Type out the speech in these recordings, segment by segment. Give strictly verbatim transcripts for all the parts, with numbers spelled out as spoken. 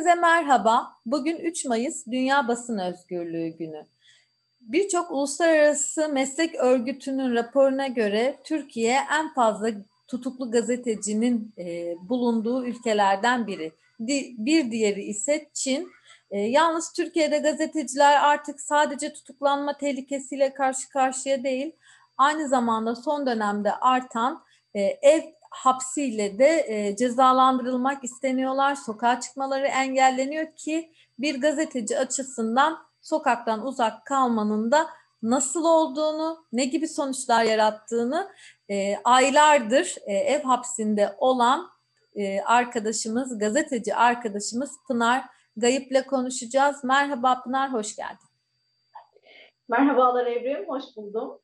Herkese merhaba. Bugün üç Mayıs Dünya Basın Özgürlüğü Günü. Birçok uluslararası meslek örgütünün raporuna göre Türkiye en fazla tutuklu gazetecinin e, bulunduğu ülkelerden biri. Di, bir diğeri ise Çin. E, yalnız Türkiye'de gazeteciler artık sadece tutuklanma tehlikesiyle karşı karşıya değil, aynı zamanda son dönemde artan e, ev hapsiyle de e, cezalandırılmak isteniyorlar. Sokağa çıkmaları engelleniyor ki bir gazeteci açısından sokaktan uzak kalmanın da nasıl olduğunu, ne gibi sonuçlar yarattığını e, aylardır e, ev hapsinde olan e, arkadaşımız, gazeteci arkadaşımız Pınar Gayip'le konuşacağız. Merhaba Pınar, hoş geldin. Merhabalar Evrim, hoş buldum.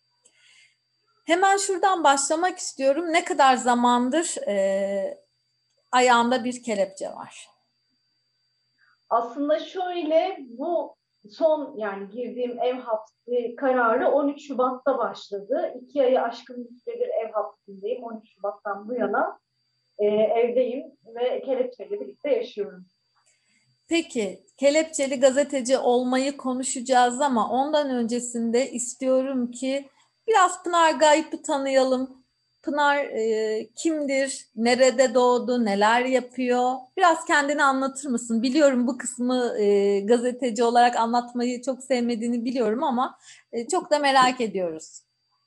Hemen şuradan başlamak istiyorum. Ne kadar zamandır e, ayağında bir kelepçe var? Aslında şöyle, bu son yani girdiğim ev hapsi kararı on üç Şubat'ta başladı. İki ayı aşkın bir süredir ev hapsindeyim. on üç Şubat'tan bu yana e, evdeyim ve kelepçeyle birlikte yaşıyorum. Peki, kelepçeli gazeteci olmayı konuşacağız ama ondan öncesinde istiyorum ki biraz Pınar Gayip'i tanıyalım. Pınar e, kimdir, nerede doğdu, neler yapıyor? Biraz kendini anlatır mısın? Biliyorum bu kısmı e, gazeteci olarak anlatmayı çok sevmediğini biliyorum ama e, çok da merak ediyoruz.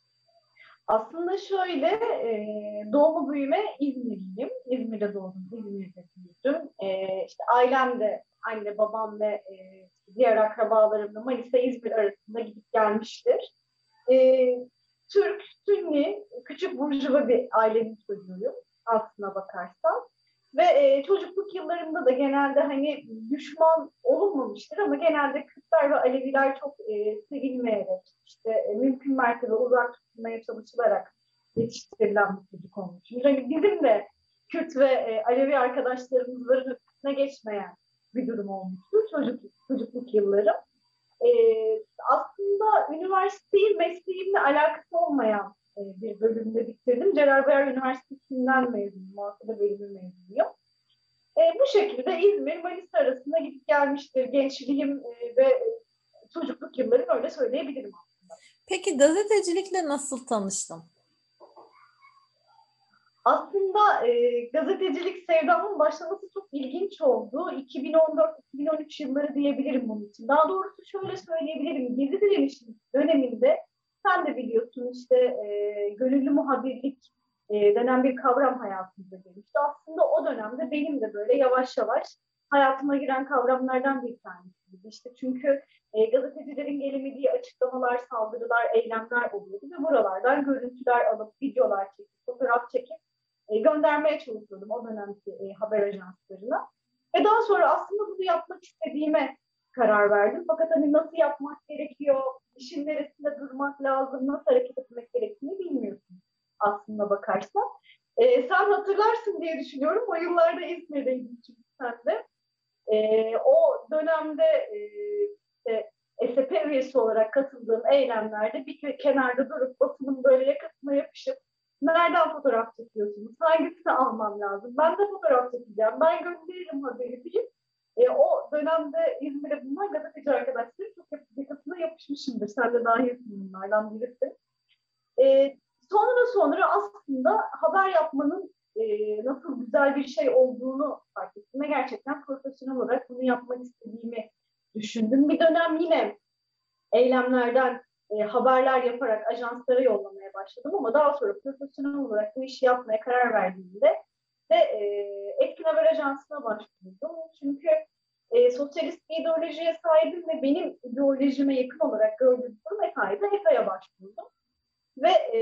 Aslında şöyle, e, doğma büyüme İzmirliyim. İzmir'de doğdum, İzmir'de büyüdüm. E, işte ailem de, anne, babam ve e, diğer akrabalarım da Manisa, İzmir arasında gidip gelmiştir. E, Türk, Sünni, küçük burjuva bir ailenin çocuğuyum aslına bakarsan. Ve e, çocukluk yıllarımda da genelde hani düşman olunmamıştır ama genelde Kürtler ve Aleviler çok e, sevilmeyerek, işte e, mümkün mertebe uzak tutulmaya çalışılarak yetiştirilen bir çocuk olmuşum. Yani bizim de Kürt ve e, Alevi arkadaşlarımızın üstüne geçmeyen bir durum olmuştur çocuk, çocukluk yıllarım. E, Aslında üniversiteyi mesleğimle alakası olmayan e, bir bölümde bitirdim. Celal Bayar Üniversitesi'nden mezunum, muhasebe bölümü mezunuyum. E, bu şekilde İzmir, Manisa arasında gidip gelmiştir. Gençliğim e, ve çocukluk yıllarım öyle söyleyebilirim aslında. Peki gazetecilikle nasıl tanıştın? Aslında e, gazetecilik sevdamın başlaması çok ilginç oldu. iki bin on dört iki bin on üç yılları diyebilirim bunun için. Daha doğrusu şöyle söyleyebilirim. Gezi direnişi döneminde sen de biliyorsun işte e, gönüllü muhabirlik e, denen bir kavram hayatımıza gelmişti. Aslında o dönemde benim de böyle yavaş yavaş hayatıma giren kavramlardan bir tanesiydi. İşte çünkü e, gazetecilerin gelemediği açıklamalar, saldırılar, eylemler oluyordu ve buralardan görüntüler alıp, videolar çekip, fotoğraf çekip e, göndermeye çalışıyordum o dönemki e, haber ajanslarına. Ve daha sonra aslında bunu yapmak istediğime karar verdim. Fakat hani nasıl yapmak gerekiyor, işin neresinde durmak lazım, nasıl hareket etmek gerektiğini bilmiyorsun aslında bakarsan. E, sen hatırlarsın diye düşünüyorum. O yıllarda İzmir'deydin çünkü sen de. E, o dönemde e, işte S P üyesi olarak katıldığım eylemlerde bir kenarda durup basının böyle yakasına yapışıp nereden fotoğraf çekiyorsunuz? Hangisini almam lazım? Ben de fotoğraf çekeceğim. Ben gönderirim haberi deyip e, o dönemde İzmir'de bulunan gazeteci arkadaşlarım çok yakasına yapışmışımdır. Sen de dahilsin bunlardan birisi. E, sonra sonra aslında haber yapmanın e, nasıl güzel bir şey olduğunu fark ettim ve gerçekten profesyonel olarak bunu yapmak istediğimi düşündüm. Bir dönem yine eylemlerden e, haberler yaparak ajanslara yollamaya başladım ama daha sonra profesyonel olarak bu işi yapmaya karar verdiğimde de e, Etkin Haber Ajansı'na başvurdum. Çünkü e, sosyalist bir ideolojiye sahibim ve benim ideolojime yakın olarak gördüğüm kurum E K A'ydı. E K A'ya başvurdum. Ve e,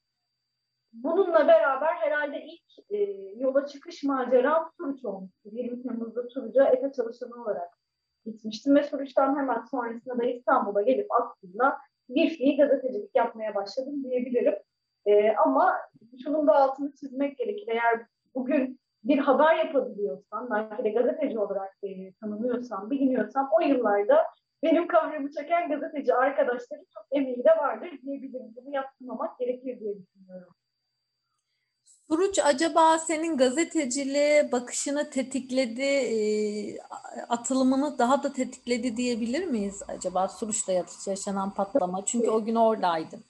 bununla beraber herhalde ilk e, yola çıkış maceram Suruç olmuştu. yirmi Temmuz'da Suruç'a E T A çalışanı olarak gitmiştim ve Suruç'tan hemen sonrasında da İstanbul'a gelip aslında bir fiil gazetecilik yapmaya başladım diyebilirim. Ee, ama şunun da altını çizmek gerekir. Eğer bugün bir haber yapabiliyorsan, belki de gazeteci olarak e, tanınıyorsan, biliniyorsan o yıllarda benim kahrımı çeken gazeteci arkadaşlarım çok emeği de vardır diyebilirim. Bunu yaptırmamak gerekir diye düşünüyorum. Suruç acaba senin gazeteciliğe bakışını tetikledi, e, atılımını daha da tetikledi diyebilir miyiz acaba Suruç'ta yaşanan patlama? Çünkü o gün oradaydın.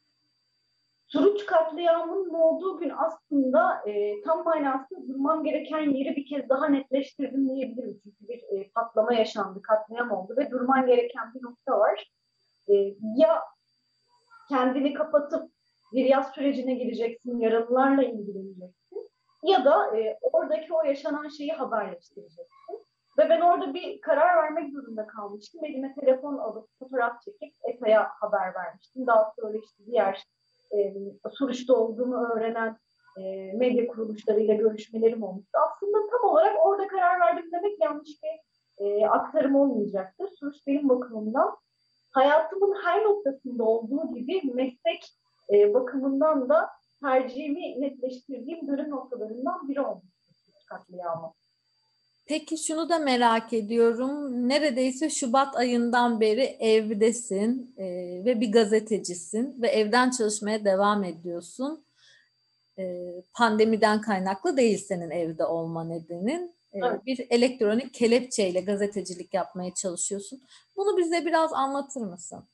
Suruç katliamının olduğu gün aslında e, tam manasında durmam gereken yeri bir kez daha netleştirdim diyebilirim. Çünkü bir e, patlama yaşandı, katliam oldu ve durman gereken bir nokta var. E, ya kendini kapatıp bir yaz sürecine gireceksin, yaralılarla ilgileneceksin ya da e, oradaki o yaşanan şeyi haberleştireceksin. Ve ben orada bir karar vermek zorunda kalmıştım. Elime telefon alıp fotoğraf çekip E T A'ya haber vermiştim. Daha sonra işte diğer e, Suruç'ta olduğumu öğrenen e, medya kuruluşlarıyla görüşmelerim olmuştu. Aslında tam olarak orada karar verdim demek yanlış bir e, aktarım olmayacaktır. Suruç benim bakımımdan hayatımın her noktasında olduğu gibi meslek e, bakımından da tercihimi netleştirdiğim dönüm noktalarından biri olmuştur katliamı. Peki şunu da merak ediyorum. Neredeyse Şubat ayından beri evdesin e, ve bir gazetecisin ve evden çalışmaya devam ediyorsun. E, pandemiden kaynaklı değil senin evde olma nedenin. E, Evet. Bir elektronik kelepçeyle gazetecilik yapmaya çalışıyorsun. Bunu bize biraz anlatır mısın?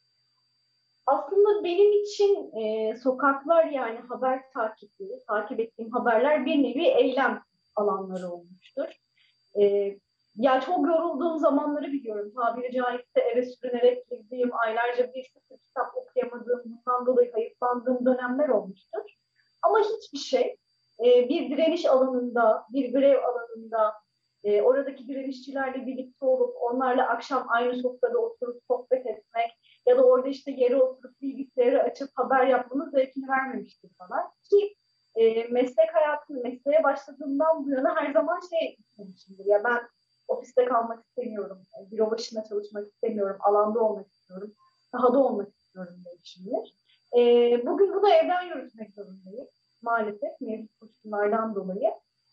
Aslında benim için e, sokaklar yani haber takipleri, takip ettiğim haberler bir nevi eylem alanları olmuştur. E, ya çok yorulduğum zamanları biliyorum. Tabiri caizse eve sürünerek girdiğim, aylarca bir sıfır kitap okuyamadığım, bundan dolayı hayıflandığım dönemler olmuştur. Ama hiçbir şey e, bir direniş alanında, bir grev alanında, e, oradaki direnişçilerle birlikte olup onlarla akşam aynı sofrada oturup sohbet etmek ya da orada işte yere oturup bilgisayarı açıp haber yapmanın zevkini vermemiştir bana. Ki e, meslek hayatını, mesleğe başladığımdan bu yana her zaman şey istemişimdir. Ya ben ofiste kalmak istemiyorum, büro başında çalışmak istemiyorum, alanda olmak istiyorum, sahada olmak istiyorum demişimdir. E, bugün bunu evden yürütmek zorundayım. Maalesef mevcut koşullardan dolayı.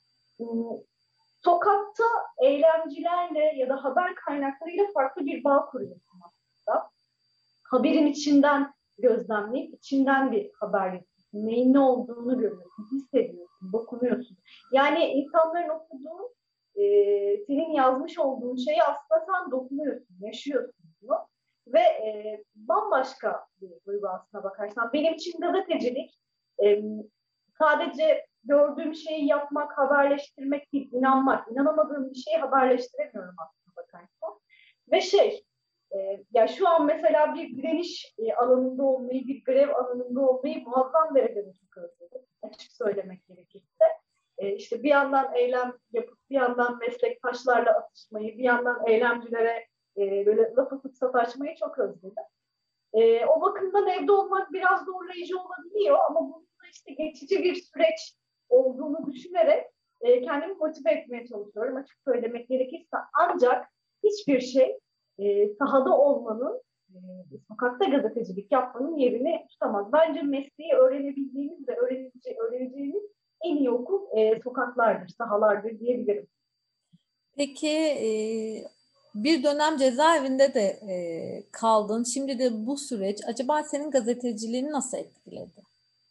Sokakta eylemcilerle ya da haber kaynaklarıyla farklı bir bağ kuruyorsun aslında. Haberin içinden gözlemleyip içinden bir haber yapıyorsun. Neyin ne olduğunu görüyorsun, hissediyorsun, dokunuyorsun. Yani insanların okuduğu, e, senin yazmış olduğun şeyi aslında sen dokunuyorsun, yaşıyorsun bunu. Ve e, bambaşka bir duygu aslına bakarsan. Benim için gazetecilik e, sadece gördüğüm şeyi yapmak, haberleştirmek değil, inanmak. İnanamadığım bir şeyi haberleştiremiyorum aslına bakarsan. Ve şey, e, ya şu an mesela bir direniş e, alanında olmayı, bir grev alanında olmayı muazzam derecede çok özledim. Açık söylemek gerekirse. E, işte bir yandan eylem yapıp, bir yandan meslektaşlarla atışmayı, bir yandan eylemcilere e, böyle laf atıp sataşmayı çok özledim. E, o bakımdan evde olmak biraz zorlayıcı olabiliyor ama bunun da işte geçici bir süreç olduğunu düşünerek e, kendimi motive etmeye çalışıyorum açık söylemek gerekirse. Ancak hiçbir şey e, sahada olmanın, e, sokakta gazetecilik yapmanın yerini tutamaz. Bence mesleği öğrenebildiğimiz ve öğrenece öğreneceğimiz en iyi okul e, sokaklardır, sahalardır diyebilirim. Peki e, bir dönem cezaevinde de e, kaldın. Şimdi de bu süreç acaba senin gazeteciliğini nasıl etkiledi?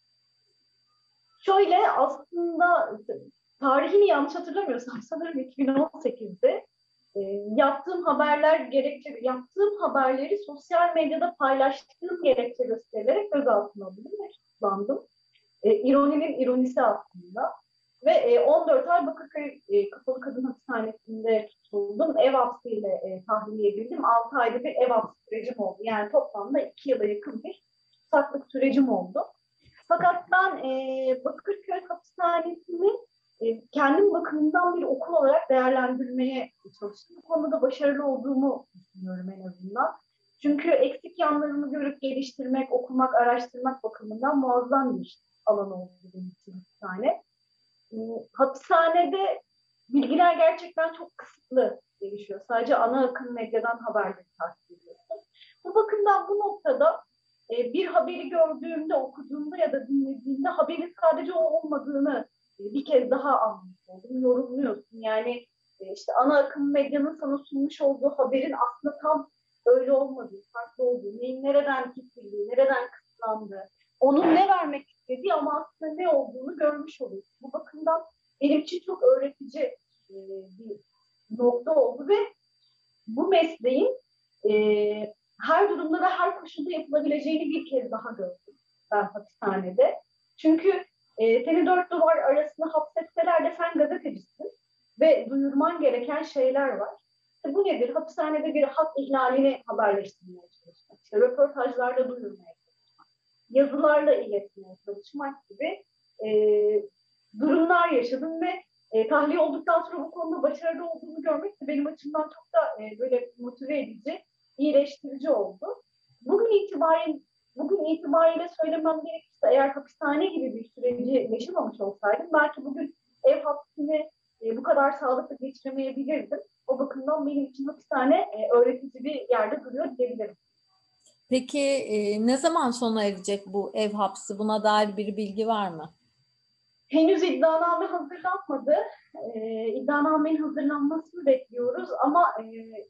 Şöyle aslında tarihini yanlış hatırlamıyorsam sanırım iki bin on sekizde e, yaptığım haberler gerekçe yaptığım haberleri sosyal medyada paylaştığım gerekçe gösterilerek gözaltına alındım ve tutuklandım. E, ironinin ironisi aslında. Ve e, on dört ay Bakırköy e, Kapalı Kadın Hapishanesi'nde tutuldum. Ev hapsiyle e, tahliye edildim. altı ayda bir ev hapsi sürecim oldu. Yani toplamda iki yıla yakın bir tutaklık sürecim oldu. Fakat ben e, Bakırköy Hapishanesi'ni e, kendim bakımından bir okul olarak değerlendirmeye çalıştım. Bu konuda başarılı olduğumu düşünüyorum en azından. Çünkü eksik yanlarımı görüp geliştirmek, okumak, araştırmak bakımından muazzam bir alan oldu benim için hapishane. E, hapishanede bilgiler gerçekten çok kısıtlı gelişiyor. Sadece ana akım medyadan haberleri takip ediyorsun. Bu bakımdan bu noktada bir haberi gördüğümde, okuduğumda ya da dinlediğimde haberin sadece o olmadığını bir kez daha anlamış oldum. Yorumluyorsun. Yani işte ana akım medyanın sana sunmuş olduğu haberin aslında tam öyle olmadığı, farklı olduğu, neyin nereden kesildiği, nereden kısıtlandığı, onun ne vermek istediği ama aslında ne olduğunu görmüş oluyoruz. Bu bakımdan benim için çok öğretici e, bir nokta oldu ve bu mesleğin e, her durumda ve her koşulda yapılabileceğini bir kez daha gördüm ben hapishanede. Çünkü e, seni dört duvar arasında hapsetseler de sen gazetecisin ve duyurman gereken şeyler var. İşte bu nedir? Hapishanede bir hak ihlalini haberleştirmeye çalışmak, işte röportajlarla duyurmaya çalışmak, yazılarla iletmeye çalışmak gibi e, durumlar yaşadım ve e, tahliye olduktan sonra bu konuda başarılı olduğunu görmek de benim açımdan çok da e, böyle motive edici, iyileştirici oldu. Bugün itibariyle, bugün itibariyle söylemem gerekirse eğer hapishane gibi bir süreci yaşamamış olsaydım belki bugün ev hapsini e, bu kadar sağlıklı geçiremeyebilirdim. O bakımdan benim için hapishane e, öğretici bir yerde duruyor diyebilirim. Peki e, ne zaman sona erecek bu ev hapsi? Buna dair bir bilgi var mı? Henüz iddianame hazırlanmadı. E, iddianamenin hazırlanmasını bekliyoruz ama e,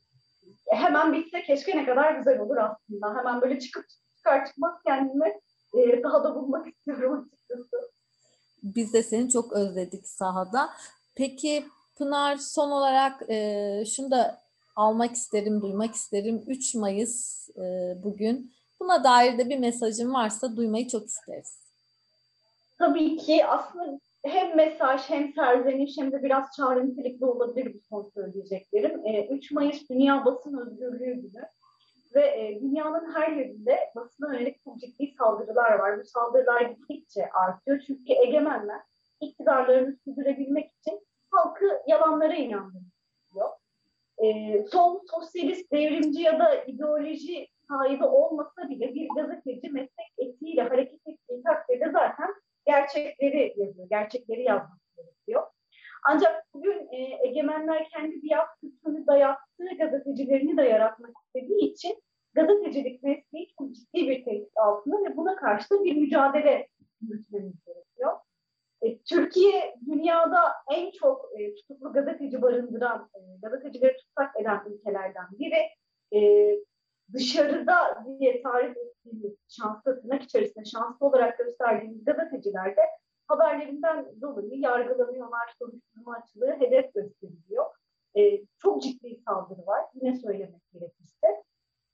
hemen bitse keşke ne kadar güzel olur aslında. Hemen böyle çıkıp çıkar çıkmaz kendimi e, sahada bulmak istiyorum açıkçası. Biz de seni çok özledik sahada. Peki Pınar, son olarak e, şunu da almak isterim, duymak isterim. üç Mayıs e, bugün. Buna dair de bir mesajın varsa duymayı çok isteriz. Tabii ki aslında hem mesaj hem serzeniş hem de biraz çağrı nitelikli olabilir bu son söyleyeceklerim. E, üç Mayıs Dünya Basın Özgürlüğü Günü ve e, dünyanın her yerinde basına yönelik çok ciddi saldırılar var. Bu saldırılar gittikçe artıyor çünkü egemenler iktidarlarını sürdürebilmek için halkı yalanlara inandırıyor. E, sol, sosyalist, devrimci ya da ideoloji sahibi olmasa bile bir gazeteci meslek etiğiyle hareket ettiği takdirde zaten gerçekleri yazıyor, gerçekleri yazmak gerekiyor. Ancak bugün e, egemenler kendi biat kültürünü dayattığı gazetecilerini de yaratmak istediği için gazetecilik mesleği çok ciddi bir tehdit altında ve buna karşı da bir mücadele yürütmemiz gerekiyor. E, Türkiye dünyada en çok e, tutuklu gazeteci barındıran, e, gazetecileri tutsak eden ülkelerden biri. E, dışarıda diye tarif ettiğimiz şanslı, tırnak içerisinde şanslı olarak gösterdiğimiz gazeteciler de haberlerinden dolayı yargılanıyorlar, soruşturma açılıyor, hedef gösteriliyor. E, çok ciddi saldırı var, yine söylemek gerekirse.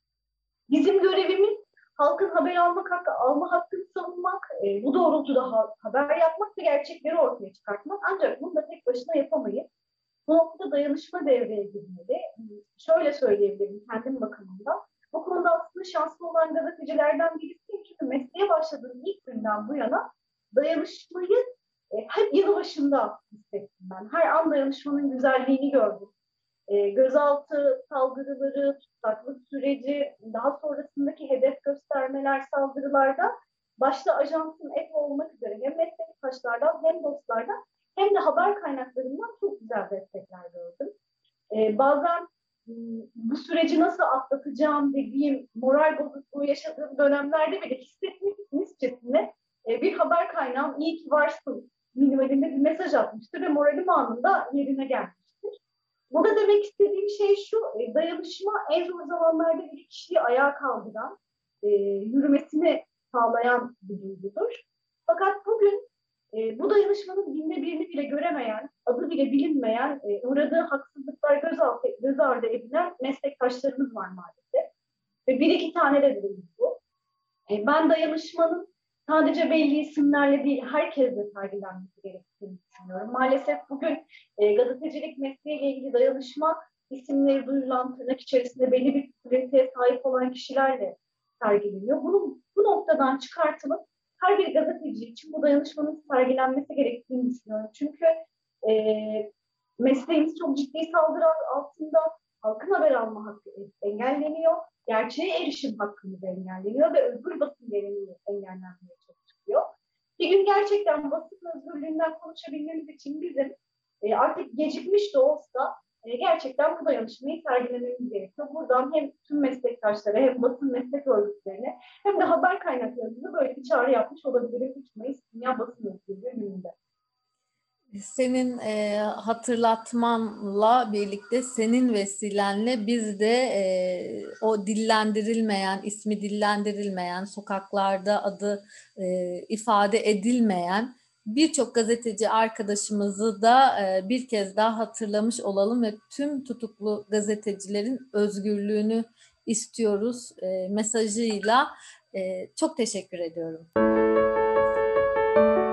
Bizim görevimiz halkın haber almak hakkı, alma hakkını savunmak, e, bu doğrultuda ha, haber yapmak ve gerçekleri ortaya çıkartmak. Ancak bunu da tek başına yapamayız. Bu noktada dayanışma devreye girmeli. Şöyle söyleyebilirim kendim bakımından. Bu konuda aslında şanslı olan gazetecilerden birisiyim. Çünkü mesleğe başladığım ilk günden bu yana dayanışmayı e, hep yanı başında hissettim ben. Her an dayanışmanın güzelliğini gördüm. E, gözaltı saldırıları, tutsaklık süreci, daha sonrasındaki hedef göstermeler, saldırılarda başta ajansın et olmak üzere hem meslektaşlardan hem dostlardan hem de haber kaynaklarından çok güzel destekler gördüm. E, bazen bu süreci nasıl atlatacağım dediğim moral bozukluğu yaşadığım dönemlerde bile hissetmişçesine e, bir haber kaynağım iyi ki varsın minimalinde bir mesaj atmıştır ve moralim anında yerine gelmiştir. Burada demek istediğim şey şu, dayanışma en zor zamanlarda bir kişiyi ayağa kaldıran, e, yürümesini sağlayan bir duygudur. Fakat bugün e, bu dayanışmanın binde birini bile göremeyen, adı bile bilinmeyen, e, uğradığı haksızlıklar göz, altı, göz ardı edilen meslektaşlarımız var maalesef. Ve bir iki tane de değil bu. E, ben dayanışmanın sadece belli isimlerle değil, herkesle sergilenmesi gerektiğini düşünüyorum. Maalesef bugün e, gazetecilik mesleğiyle ilgili dayanışma isimleri duyulan, tırnak içerisinde belli bir popülariteye sahip olan kişilerle sergileniyor. Bunu bu noktadan çıkartılıp her bir gazeteci için bu dayanışmanın sergilenmesi gerektiğini düşünüyorum. Çünkü e, mesleğimiz çok ciddi saldırı altında, halkın haber alma hakkı engelleniyor. Gerçeğe erişim hakkımız engelleniyor ve özgür basın geleneği engellenmeye çalışılıyor. Bir gün gerçekten basın özgürlüğünden konuşabilmemiz için bizim e, artık gecikmiş de olsa e, gerçekten bu dayanışmayı sergilememiz gerekiyor. Buradan hem tüm meslektaşlara hem basın meslek örgütlerine hem de haber kaynaklarımıza böyle bir çağrı yapmış olabilirim üç Mayıs Dünya Basın Özgürlüğü gününde. senin e, hatırlatmanla birlikte, senin vesilenle biz de e, o dillendirilmeyen, ismi dillendirilmeyen, sokaklarda adı e, ifade edilmeyen birçok gazeteci arkadaşımızı da e, bir kez daha hatırlamış olalım ve tüm tutuklu gazetecilerin özgürlüğünü istiyoruz e, mesajıyla. E, çok teşekkür ediyorum.